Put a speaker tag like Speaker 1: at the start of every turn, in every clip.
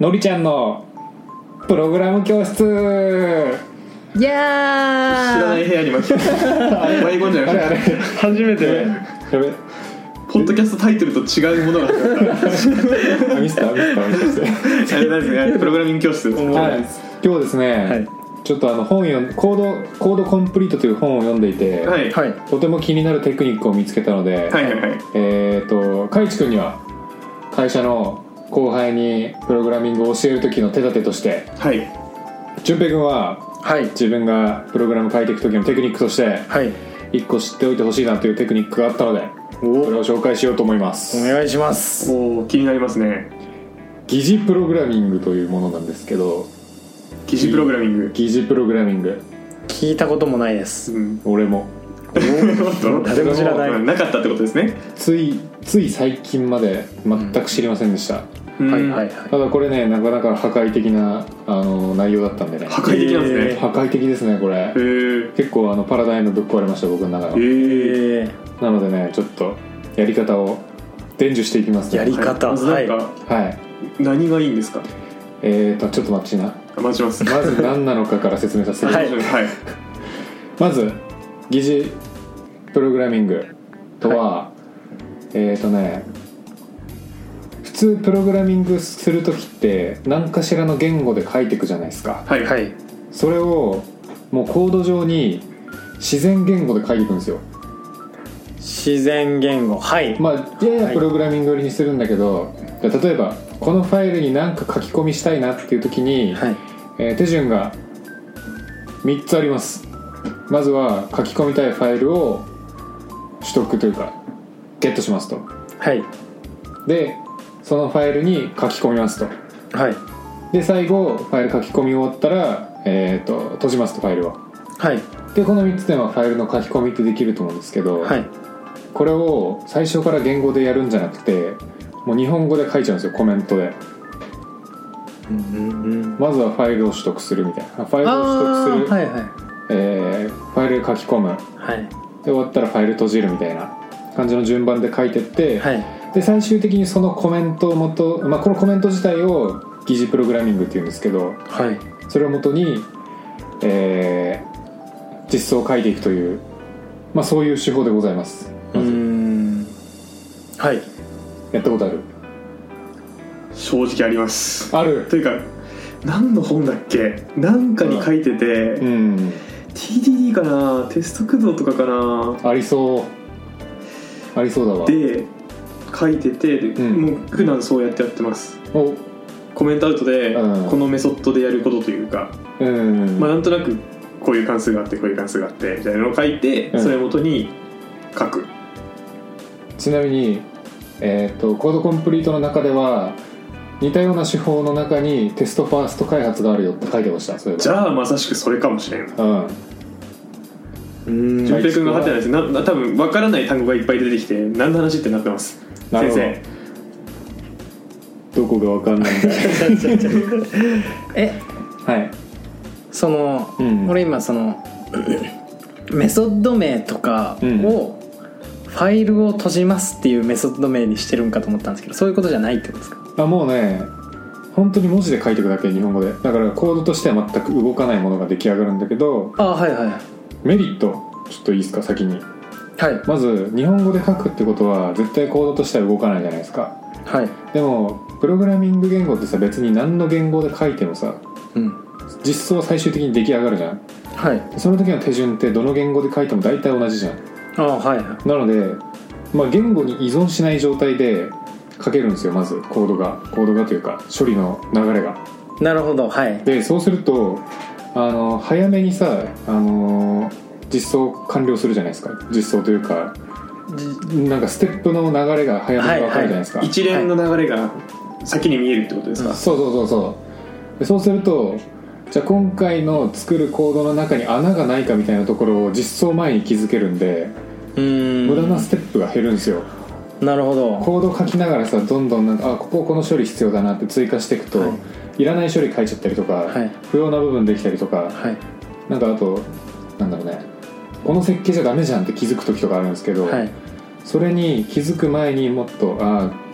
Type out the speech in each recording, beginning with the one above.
Speaker 1: のりちゃんのプログラム教室。
Speaker 2: いやー、
Speaker 3: 知らない部屋に巻き込んじゃいました。
Speaker 2: 初めて
Speaker 1: やべ
Speaker 3: ポッドキャストタイトルと違うものが
Speaker 1: ミスター
Speaker 3: あれなんですね、プログラミング教室です。
Speaker 1: はい、今日ですね、はい、ちょっと本読んコードコンプリートという本を読んでいて、はい、とても気になるテクニックを見つけたので、はいはいはい、かいちくんには会社の後輩にプログラミングを教える時の手立てとして、はい、淳平君は、はい、自分がプログラム書いていく時のテクニックとして、はい、1個知っておいてほしいなというテクニックがあったので、それを紹介しようと思います。
Speaker 2: お願いします。
Speaker 3: 気になりますね。
Speaker 1: 疑似プログラミングというものなんですけど、
Speaker 3: 疑似プログラミング
Speaker 2: 聞いたこともないです、うん、
Speaker 1: 俺も
Speaker 2: 誰も知らない。
Speaker 3: なかったってことですね。
Speaker 1: つい最近まで全く知りませんでした、うんはいはいはい、ただこれね、なかなか破壊的な内容だったんでね。
Speaker 3: 破壊的なんですね。
Speaker 1: 破壊的ですねこれ。結構パラダイムぶっ壊れました、僕の中では。なのでね、ちょっとやり方を伝授していきますね。
Speaker 2: やり方、
Speaker 3: はい、
Speaker 1: はい、
Speaker 3: 何がいいんですか。
Speaker 1: ちょっと待ちな。
Speaker 3: 待ちます。
Speaker 1: まず何なのかから説明させてください、はい、まず疑似プログラミングとは、はい、普通プログラミングするときって何かしらの言語で書いていくじゃないですか。
Speaker 3: はいはい。
Speaker 1: それをもうコード上に自然言語で書いていくんですよ。
Speaker 2: 自然言語、はい。
Speaker 1: まあややプログラミング寄りにするんだけど、はい、例えばこのファイルに何か書き込みしたいなっていう時に、はい手順が3つあります。まずは書き込みたいファイルを取得というかゲットしますと。はい。でそのファイルに書き込みますと。はい。で最後ファイル書き込み終わったら、閉じますと、ファイルを。はい。でこの3つではファイルの書き込みってできると思うんですけど、はい、これを最初から言語でやるんじゃなくて、もう日本語で書いちゃうんですよ、コメントで。まずはファイルを取得するみたいな。ファイルを取得する、はいはいファイル書き込む、はい、で終わったらファイル閉じるみたいな感じの順番で書いてって、はい、で最終的にそのコメントをこのコメント自体を疑似プログラミングっていうんですけど、はい、それを元に、実装を書いていくという、そういう手法でございます。まずはい。やったことある？
Speaker 3: 正直あります。
Speaker 1: ある
Speaker 3: というか、何の本だっけ、なんかに書いてて、うん、TDD かな、テスト駆動とかかな、
Speaker 1: ありそうだわ。で
Speaker 3: 書いてて、もう普段そうやってます。コメントアウトでこのメソッドでやることというか、なんとなくこういう関数があってこういう関数があってみたいなのを書いて、それを元に書く。
Speaker 1: ちなみに、コードコンプリートの中では似たような手法の中にテストファースト開発があるよって書いてました。それ
Speaker 3: じゃあまさしくそれかもしれん。淳平君がはってないです。多分分からない単語がいっぱい出てきて何の話ってなってます。先生
Speaker 1: どこが分かんないんだ
Speaker 2: はい。俺今メソッド名とかを、ファイルを閉じますっていうメソッド名にしてるんかと思ったんですけど、そういうことじゃないってことですか？
Speaker 1: もうね、本当に文字で書いていくだけ、日本語で。だからコードとしては全く動かないものが出来上がるんだけど、はいはい。メリットちょっといいですか、先に。はい。まず日本語で書くってことは絶対コードとしては動かないじゃないですか。はい。でもプログラミング言語ってさ、別に何の言語で書いてもさ、実装は最終的に出来上がるじゃん。はい。その時の手順ってどの言語で書いても大体同じじゃん。はい。なので、言語に依存しない状態で書けるんですよ。まずコードがというか処理の流れが。なるほど。はい。でそうすると早めにさ実装完了するじゃないですか。実装というかなんかステップの流れが早めに分かるじゃないですか。
Speaker 3: 一連の流れが先に見えるってことですか？
Speaker 1: そうでそうすると、じゃあ今回の作るコードの中に穴がないかみたいなところを実装前に気づけるんで、無駄なステップが減るんですよ。なるほど。コード書きながらさ、どんどんこの処理必要だなって追加していくと、いらない処理書いちゃったりとか、不要な部分できたりとか、なんかあとなんだろうね、この設計じゃダメじゃんって気づく時とかあるんですけど、それに気づく前にもっと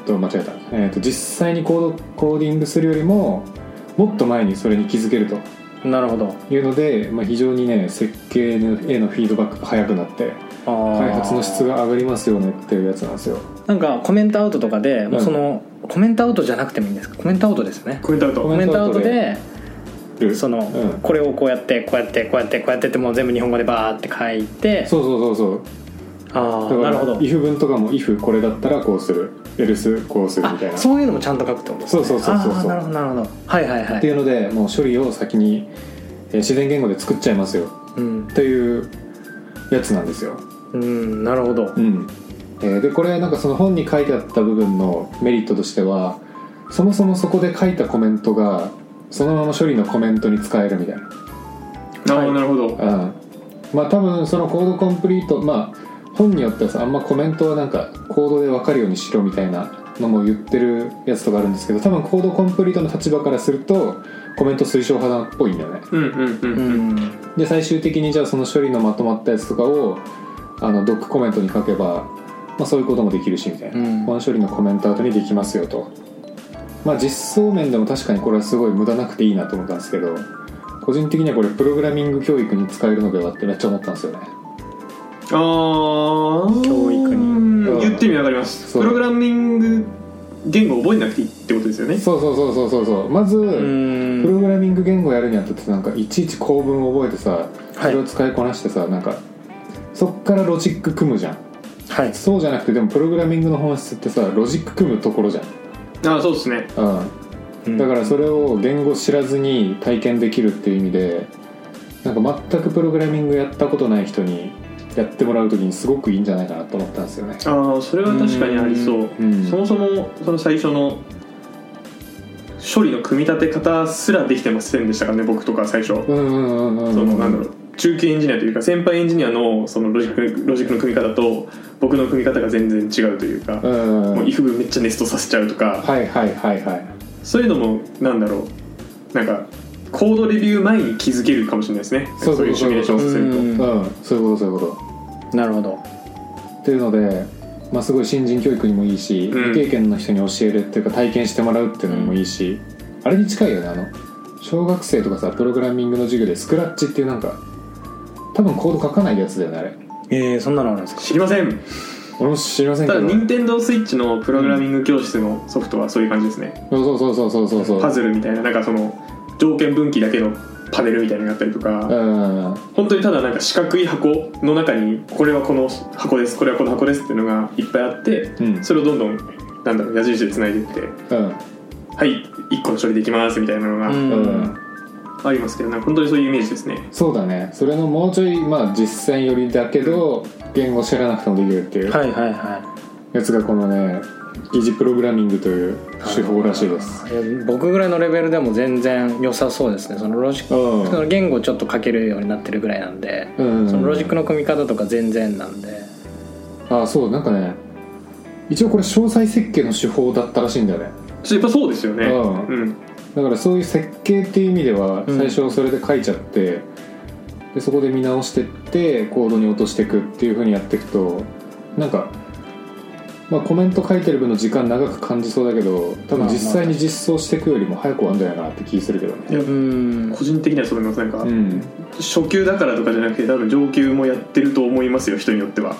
Speaker 1: 間違えた、実際にコーディングするよりももっと前にそれに気づけると
Speaker 2: なるほど
Speaker 1: いうので、非常にね設計へのフィードバックが早くなって開発の質が上がりますよねっていうやつなんですよ。
Speaker 2: なんかコメントアウトとかで、もうそのコメントアウトじゃなくてもいいんですか？コメントアウトですよね。
Speaker 3: コメントアウト
Speaker 2: でその、これをこうやってってもう全部日本語でバーって書いて、
Speaker 1: そう
Speaker 2: なるほど。
Speaker 1: if 文とかも if これだったらこうする else こうするみたいな、
Speaker 2: そういうのもちゃんと書くってことですね。
Speaker 1: そう
Speaker 2: なるほどはい
Speaker 1: っていうのでもう処理を先に自然言語で作っちゃいますよ、っていうやつなんですよ。
Speaker 2: なるほど。
Speaker 1: でこれなんかその本に書いてあった部分のメリットとしては、そもそもそこで書いたコメントがそのまま処理のコメントに使えるみたいな。
Speaker 3: なるほど。
Speaker 1: 多分そのコードコンプリート、本によってはさあんまコメントはなんかコードで分かるようにしろみたいなのも言ってるやつとかあるんですけど、多分コードコンプリートの立場からするとコメント推奨派っぽいんだよね。で最終的にじゃあその処理のまとまったやつとかをドックコメントに書けば、そういうこともできるしみたいな、この処理のコメントアウトにできますよと。実装面でも確かにこれはすごい無駄なくていいなと思ったんですけど、個人的にはこれプログラミング教育に使えるのではってめっちゃ思ったんですよね。
Speaker 2: 教育に
Speaker 3: 言ってみ分かります。プログラミング言語を覚えなくていいってことですよね。
Speaker 1: そうまずプログラミング言語やるにあたってなんかいちいち構文を覚えてさ、それを使いこなしてさ、なんかそっからロジック組むじゃん。そうじゃなくてでもプログラミングの本質ってさロジック組むところじゃん。
Speaker 3: そうですね。
Speaker 1: だからそれを言語知らずに体験できるっていう意味で、なんか全くプログラミングやったことない人にやってもらうときにすごくいいんじゃないかなと思ったんですよね。
Speaker 3: それは確かにありそう。そもそもその最初の処理の組み立て方すらできてませんでしたからね、僕とか最初。中級エンジニアというか先輩エンジニアのそのロジックの組み方と僕の組み方が全然違うというか、もう if 文めっちゃネストさせちゃうとか、そういうのもなんかコードレビュー前に気づけるかもしれないですね。そういうシミュレーションをさせると、
Speaker 1: そういうこと
Speaker 2: なるほど
Speaker 1: っていうので、すごい新人教育にもいいし、未経験の人に教えるっていうか体験してもらうっていうのにもいいし、あれに近いよね。小学生とかさプログラミングの授業でスクラッチっていうなんか多分コード書かないやつだよねあれ。
Speaker 2: そんなのあるんですか？
Speaker 3: 知りません。
Speaker 1: 俺も知りませんけど、
Speaker 3: ただ任天堂スイッチのプログラミング教室のソフトはそういう感じですね。
Speaker 1: そう
Speaker 3: パズルみたいな、なんかその条件分岐だけのパネルみたいなのがあったりとか、本当にただなんか四角い箱の中にこれはこの箱です、これはこの箱ですっていうのがいっぱいあって、それをどんどん矢印でつないでいって、はい1個の処理できますみたいなのが、ありますけど、本当にそういうイメージですね。
Speaker 1: そうだね。それのもうちょい実践寄りだけど言語知らなくてもできるっていうやつがこのね疑似プログラミングという手法らしいです。
Speaker 2: 僕ぐらいのレベルでも全然良さそうですね。そのロジック、その言語ちょっと書けるようになってるぐらいなんで、そのロジックの組み方とか全然なんで。
Speaker 1: そうなんかね、一応これ詳細設計の手法だったらしいんだよね。
Speaker 3: やっぱそうですよね。
Speaker 1: だからそういう設計っていう意味では最初それで書いちゃって、でそこで見直してってコードに落としていくっていう風にやっていくと、なんかコメント書いてる分の時間長く感じそうだけど、多分実際に実装していくよりも早く終わるんじゃないかなって気するけどね。
Speaker 3: 個人的にはそう思います。なんか、初級だからとかじゃなくて多分上級もやってると思いますよ、人によっては。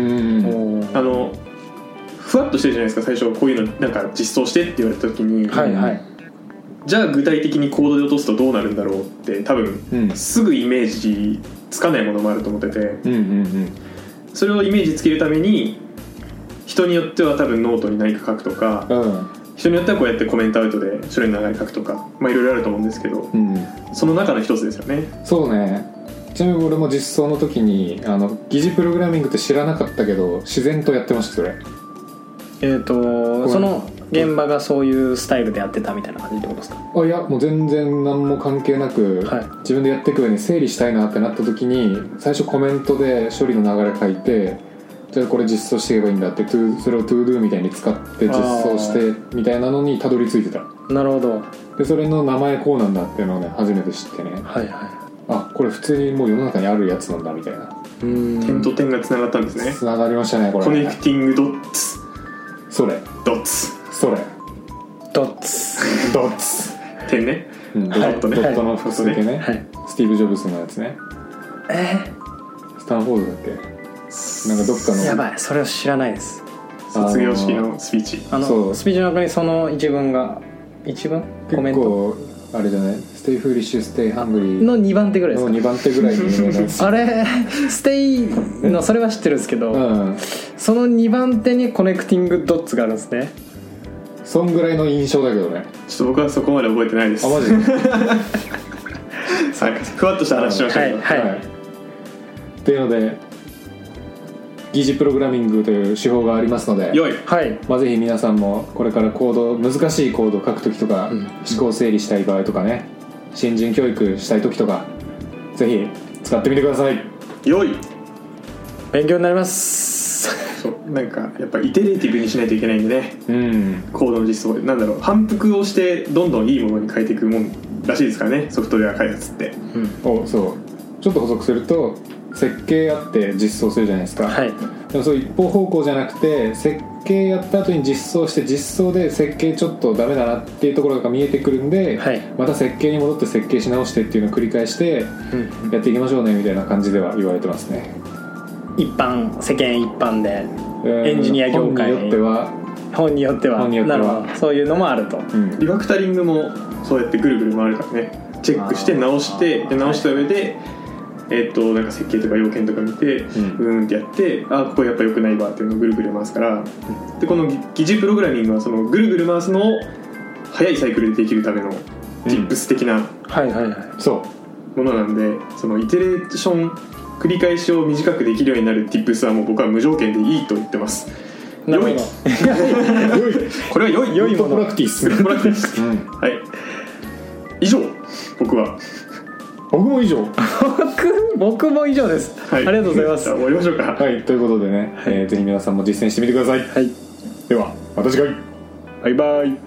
Speaker 3: ふわっとしてるじゃないですか、最初こういうのなんか実装してって言われた時に、じゃあ具体的にコードで落とすとどうなるんだろうって多分、すぐイメージつかないものもあると思ってて、それをイメージつけるために人によっては多分ノートに何か書くとか、人によってはこうやってコメントアウトで処理の流れ書くとか、いろいろあると思うんですけど、その中の一つですよね。
Speaker 1: そうね。ちなみに俺も実装の時に疑似プログラミングって知らなかったけど自然とやってました。それ
Speaker 2: その現場がそういうスタイルでやってたみたいな感じってことですか？
Speaker 1: いやもう全然何も関係なく、自分でやっていく上に整理したいなってなった時に最初コメントで処理の流れ書いて、じゃあこれ実装していけばいいんだってそれを ToDo みたいに使って実装してみたいなのにたどり着いてた。
Speaker 2: なるほど。
Speaker 1: でそれの名前こうなんだっていうのをね初めて知ってね、これ普通にもう世の中にあるやつなんだみたいな。
Speaker 3: 点と点がつながったんですね。
Speaker 1: つながりましたねこれ。
Speaker 3: コネクティングドッツ。
Speaker 1: それ
Speaker 3: ドッツ
Speaker 1: それ
Speaker 2: ドッツ
Speaker 1: ドッツ
Speaker 3: 点ね、
Speaker 1: ドットね、ドットの複数形ね、はい、スティーブ・ジョブズのやつね。スタンフォードだっけ、なんかどっかの。
Speaker 2: やばい、それを知らないです。
Speaker 3: 卒業式のスピーチ、
Speaker 2: そうスピーチの中にその一文コメント
Speaker 1: 結構あれじゃない、ステイフーリッシュステイハングリー
Speaker 2: の2番手ぐらいですか。
Speaker 1: の2番手ぐらいに
Speaker 2: あれステイのそれは知ってるんですけど、その2番手にコネクティングドッツがあるんですね。
Speaker 1: そんぐらいの印象だけどね。
Speaker 3: ちょっと僕はそこまで覚えてないです。
Speaker 1: あ、マジで
Speaker 3: ふわっとした話しましたけど、
Speaker 2: はい
Speaker 1: っていうので疑似プログラミングという手法がありますので、
Speaker 3: よい、
Speaker 1: ぜひ皆さんもこれから難しいコードを書くときとか、思考整理したい場合とかね、新人教育したいときとか、ぜひ使ってみてください。
Speaker 3: よい、
Speaker 2: 勉強になります。
Speaker 3: そうなんかやっぱイテレーティブにしないといけないんでね、コードの実装なんだろう、反復をしてどんどんいいものに変えていくもんらしいですからね、ソフトウェア開発って。
Speaker 1: そうちょっと補足すると、設計やって実装するじゃないですか、でもそう一方方向じゃなくて、設計やった後に実装して、実装で設計ちょっとダメだなっていうところが見えてくるんで、また設計に戻って設計し直してっていうのを繰り返してやっていきましょうねみたいな感じでは言われてますね。
Speaker 2: 世間一般で、エンジニア業界本によってはなるほど、そういうのもあると、
Speaker 3: リファクタリングもそうやってぐるぐる回るからね、チェックして直して直した上で、なんか設計とか要件とか見てってやって、ここやっぱ良くないわっていうのをぐるぐる回すから、でこの疑似プログラミングはそのぐるぐる回すのを早いサイクルでできるための Tips 的なものなんで、そのイテレーション繰り返しを短くできるようになる Tips はもう僕は無条件でいいと言ってます。
Speaker 2: なるほど
Speaker 3: これは良い
Speaker 1: ものプラクティス
Speaker 3: はい、以上僕も以上
Speaker 2: 僕も以上です、ありがとうございます。
Speaker 3: 終わりましょうか。
Speaker 1: ということでね、ぜひ皆さんも実践してみてください。ではまた次回、
Speaker 3: バイバイ。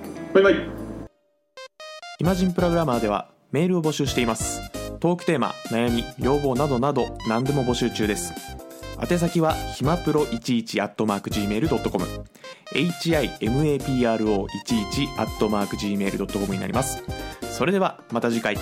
Speaker 4: イマジンプログラマーではメールを募集しています。トークテーマ、悩み、要望などなど何でも募集中です。宛先はひまプロ11@gmail.com himapro11@gmail.com になります。それではまた次回。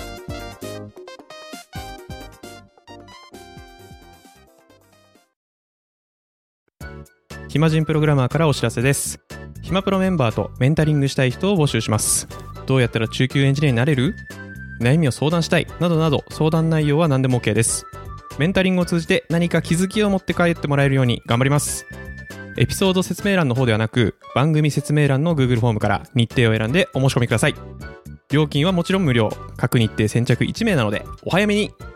Speaker 5: ひまじんプログラマーからお知らせです。ひまプロメンバーとメンタリングしたい人を募集します。どうやったら中級エンジニアになれる？悩みを相談したいなどなど、相談内容は何でも OK です。メンタリングを通じて何か気づきを持って帰ってもらえるように頑張ります。エピソード説明欄の方ではなく、番組説明欄の Google フォームから日程を選んでお申し込みください。料金はもちろん無料、各日程先着1名なのでお早めに。